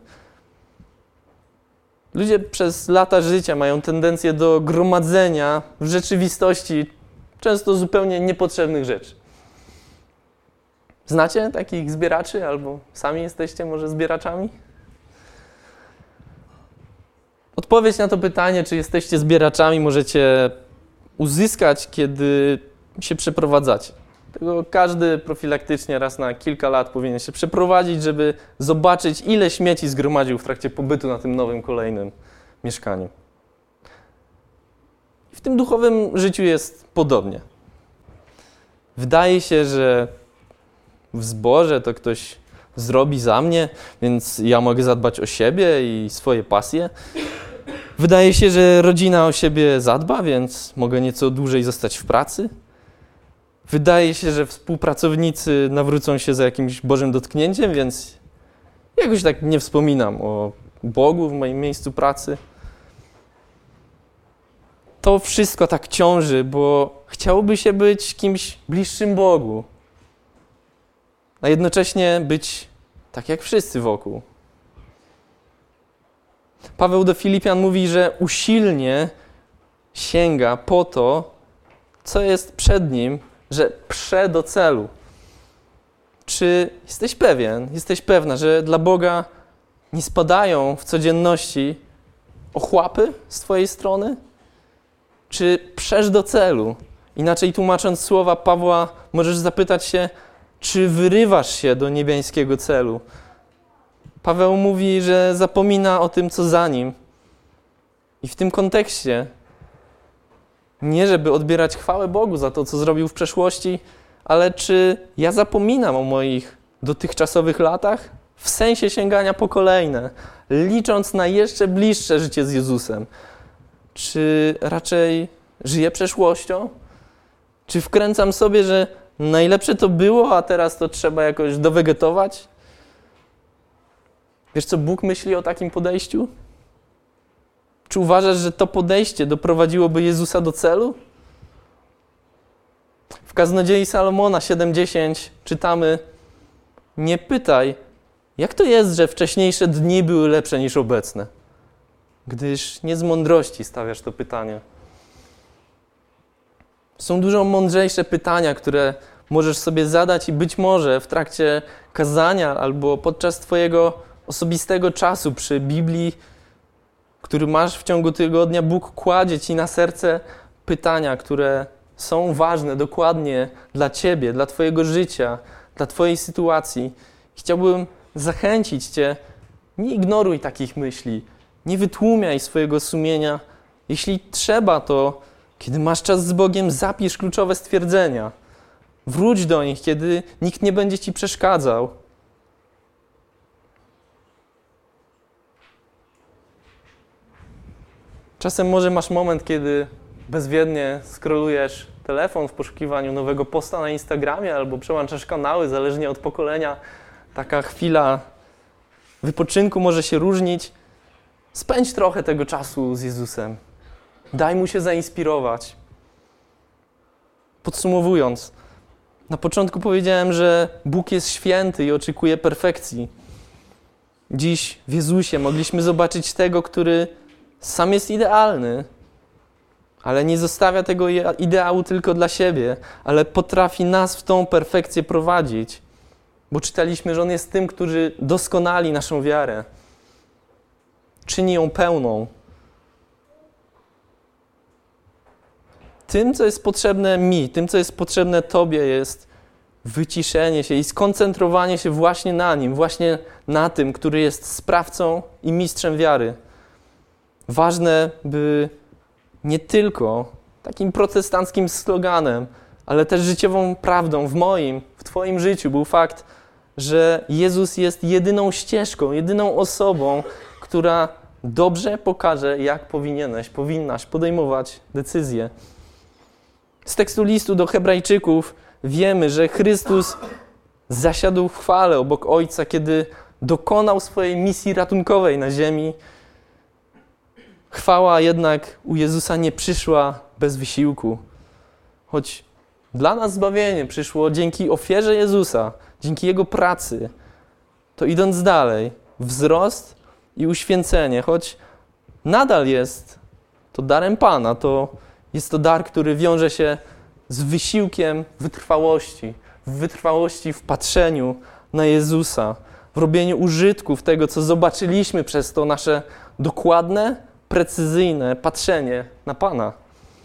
Ludzie przez lata życia mają tendencję do gromadzenia w rzeczywistości często zupełnie niepotrzebnych rzeczy. Znacie takich zbieraczy albo sami jesteście może zbieraczami? Odpowiedź na to pytanie, czy jesteście zbieraczami, możecie uzyskać, kiedy się przeprowadzacie. Tego każdy profilaktycznie raz na kilka lat powinien się przeprowadzić, żeby zobaczyć, ile śmieci zgromadził w trakcie pobytu na tym nowym, kolejnym mieszkaniu. I w tym duchowym życiu jest podobnie. Wydaje się, że w zborze to ktoś zrobi za mnie, więc ja mogę zadbać o siebie i swoje pasje. Wydaje się, że rodzina o siebie zadba, więc mogę nieco dłużej zostać w pracy. Wydaje się, że współpracownicy nawrócą się za jakimś Bożym dotknięciem, więc jakoś tak nie wspominam o Bogu w moim miejscu pracy. To wszystko tak ciąży, bo chciałoby się być kimś bliższym Bogu, a jednocześnie być tak jak wszyscy wokół. Paweł do Filipian mówi, że usilnie sięga po to, co jest przed nim, że prze do celu. Czy jesteś pewien, jesteś pewna, że dla Boga nie spadają w codzienności ochłapy z twojej strony? Czy przesz do celu? Inaczej tłumacząc słowa Pawła, możesz zapytać się, czy wyrywasz się do niebiańskiego celu? Paweł mówi, że zapomina o tym, co za nim. I w tym kontekście nie żeby odbierać chwałę Bogu za to, co zrobił w przeszłości, ale czy ja zapominam o moich dotychczasowych latach? W sensie sięgania po kolejne, licząc na jeszcze bliższe życie z Jezusem. Czy raczej żyję przeszłością? Czy wkręcam sobie, że najlepsze to było, a teraz to trzeba jakoś dowegetować? Wiesz, co Bóg myśli o takim podejściu? Czy uważasz, że to podejście doprowadziłoby Jezusa do celu? W Kaznodziei Salomona 7:10 czytamy: nie pytaj, jak to jest, że wcześniejsze dni były lepsze niż obecne, gdyż nie z mądrości stawiasz to pytanie. Są dużo mądrzejsze pytania, które możesz sobie zadać i być może w trakcie kazania albo podczas twojego osobistego czasu przy Biblii, który masz w ciągu tygodnia, Bóg kładzie ci na serce pytania, które są ważne dokładnie dla ciebie, dla twojego życia, dla twojej sytuacji. Chciałbym zachęcić cię, nie ignoruj takich myśli, nie wytłumiaj swojego sumienia. Jeśli trzeba, to kiedy masz czas z Bogiem, zapisz kluczowe stwierdzenia. Wróć do nich, kiedy nikt nie będzie ci przeszkadzał. Czasem może masz moment, kiedy bezwiednie scrollujesz telefon w poszukiwaniu nowego posta na Instagramie albo przełączasz kanały, zależnie od pokolenia. Taka chwila wypoczynku może się różnić. Spędź trochę tego czasu z Jezusem. Daj Mu się zainspirować. Podsumowując, na początku powiedziałem, że Bóg jest święty i oczekuje perfekcji. Dziś w Jezusie mogliśmy zobaczyć tego, który sam jest idealny, ale nie zostawia tego ideału tylko dla siebie, ale potrafi nas w tą perfekcję prowadzić. Bo czytaliśmy, że On jest tym, który doskonali naszą wiarę. Czyni ją pełną. Tym, co jest potrzebne mi, tym, co jest potrzebne Tobie, jest wyciszenie się i skoncentrowanie się właśnie na Nim, właśnie na tym, który jest sprawcą i mistrzem wiary. Ważne, by nie tylko takim protestanckim sloganem, ale też życiową prawdą w moim, w Twoim życiu był fakt, że Jezus jest jedyną ścieżką, jedyną osobą, która dobrze pokaże, jak powinnaś podejmować decyzje. Z tekstu listu do Hebrajczyków wiemy, że Chrystus zasiadł w chwale obok Ojca, kiedy dokonał swojej misji ratunkowej na ziemi. Chwała jednak u Jezusa nie przyszła bez wysiłku. Choć Dla nas zbawienie przyszło dzięki ofierze Jezusa, dzięki Jego pracy. To idąc dalej, wzrost i uświęcenie, choć nadal jest to darem Pana, to jest to dar, który wiąże się z wysiłkiem wytrwałości w patrzeniu na Jezusa, w robieniu użytków tego, co zobaczyliśmy przez to nasze dokładne, precyzyjne patrzenie na Pana.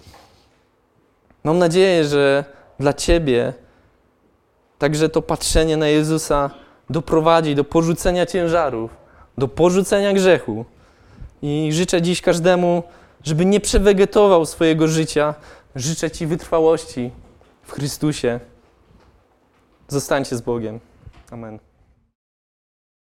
Mam nadzieję, że dla Ciebie także to patrzenie na Jezusa doprowadzi do porzucenia ciężarów, do porzucenia grzechu. I życzę dziś każdemu, żeby nie przewegetował swojego życia. Życzę Ci wytrwałości w Chrystusie. Zostańcie z Bogiem. Amen.